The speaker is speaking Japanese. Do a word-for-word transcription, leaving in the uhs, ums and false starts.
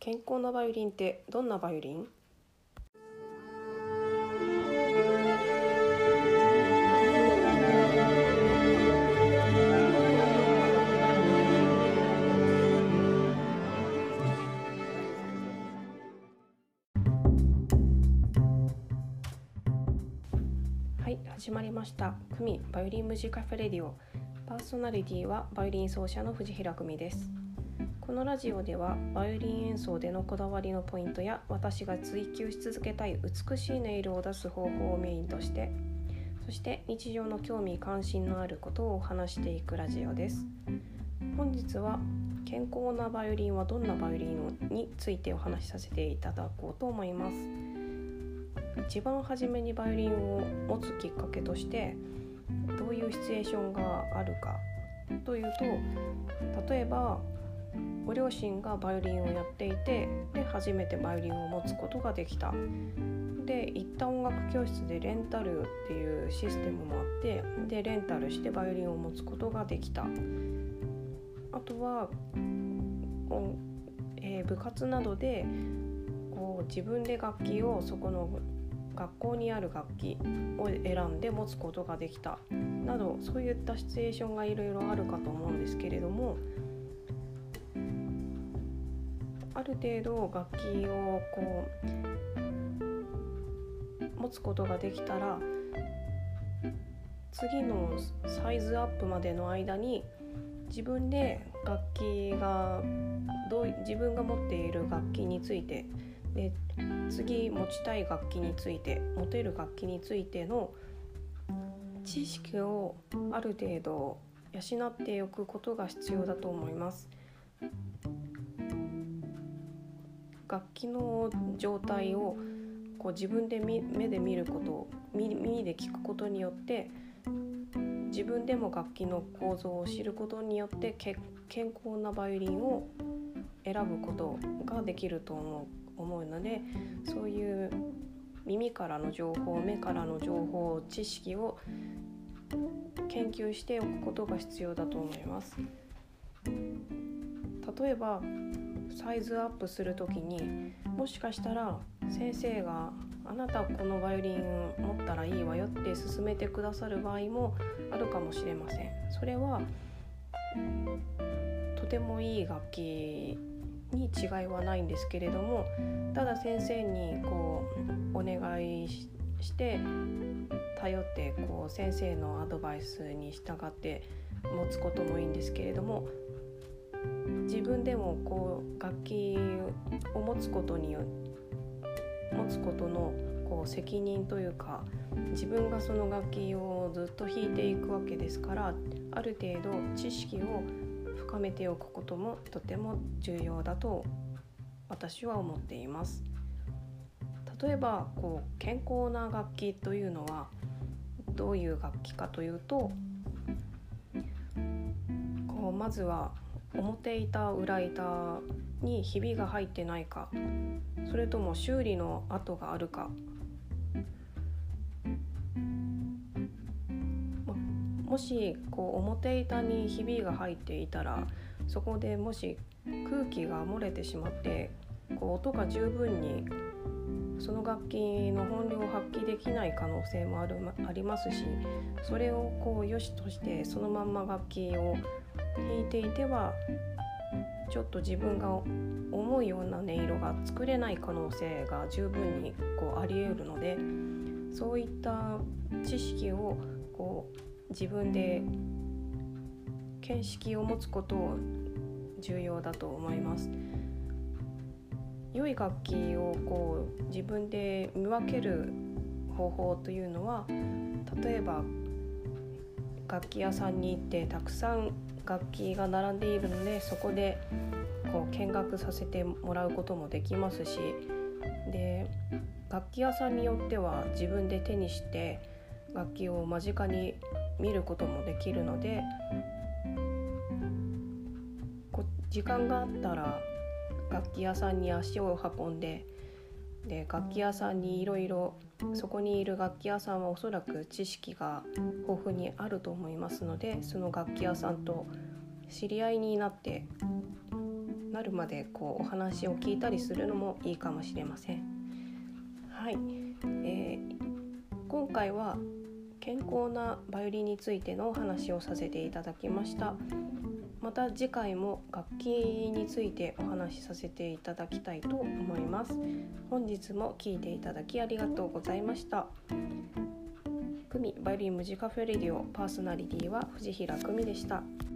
健康なバイオリンってどんなバイオリン？はい、始まりました久美バイオリンムジカフェレディオ。パーソナリティはバイオリン奏者の藤平久美です。このラジオではバイオリン演奏でのこだわりのポイントや私が追求し続けたい美しい音色を出す方法をメインとして、そして日常の興味関心のあることを話していくラジオです。本日は健康なバイオリンはどんなバイオリンについてお話しさせていただこうと思います。一番初めにバイオリンを持つきっかけとしてどういうシチュエーションがあるかというと、例えばご両親がバイオリンをやっていて、で初めてバイオリンを持つことができた。で行った音楽教室でレンタルっていうシステムもあって、でレンタルしてバイオリンを持つことができた。あとは、えー、部活などでこう自分で楽器をそこの学校にある楽器を選んで持つことができたなど、そういったシチュエーションがいろいろあるかと思うんですけれども、ある程度楽器をこう持つことができたら、次のサイズアップまでの間に自分で楽器がどう自分が持っている楽器についてで次持ちたい楽器について持てる楽器についての知識をある程度養っておくことが必要だと思います。楽器の状態をこう自分で目で見ること耳で聞くことによって、自分でも楽器の構造を知ることによって健康なバイオリンを選ぶことができると思う思うので、そういう耳からの情報、目からの情報、知識を研究しておくことが必要だと思います。例えばサイズアップするときに、もしかしたら先生があなたこのバイオリン持ったらいいわよって勧めてくださる場合もあるかもしれません。それはとてもいい楽器に違いはないんですけれども、ただ先生にこうお願いして頼ってこう先生のアドバイスに従って持つこともいいんですけれども、自分でもこう楽器を持つことによ持つことのこう責任というか、自分がその楽器をずっと弾いていくわけですから、ある程度知識を深めておくこともとても重要だと私は思っています。例えばこう健康な楽器というのはどういう楽器かというと、こうまずは表板裏板にひびが入ってないか、それとも修理の跡があるか、もしこう表板にひびが入っていたら、そこでもし空気が漏れてしまってこう音が十分にその楽器の本領を発揮できない可能性もある、ありますし、それをこう良しとしてそのまんま楽器を弾いていては、ちょっと自分が思うような音色が作れない可能性が十分にこうあり得るので、そういった知識をこう自分で見識を持つことを重要だと思います。良い楽器をこう自分で見分ける方法というのは、例えば楽器屋さんに行ってたくさん楽器が並んでいるので、そこでこう見学させてもらうこともできますし、で楽器屋さんによっては自分で手にして楽器を間近に見ることもできるので、こ時間があったら楽器屋さんに足を運んで、で楽器屋さんにいろいろ、そこにいる楽器屋さんはおそらく知識が豊富にあると思いますので、その楽器屋さんと知り合いになってなるまでこうお話を聞いたりするのもいいかもしれません。はい、えー、今回は健康なバイオリンについてのお話をさせていただきました。また次回も楽器についてお話しさせていただきたいと思います。本日も聞いていただきありがとうございました。久美バイオリンムジカフェレディオパーソナリティは藤平久美でした。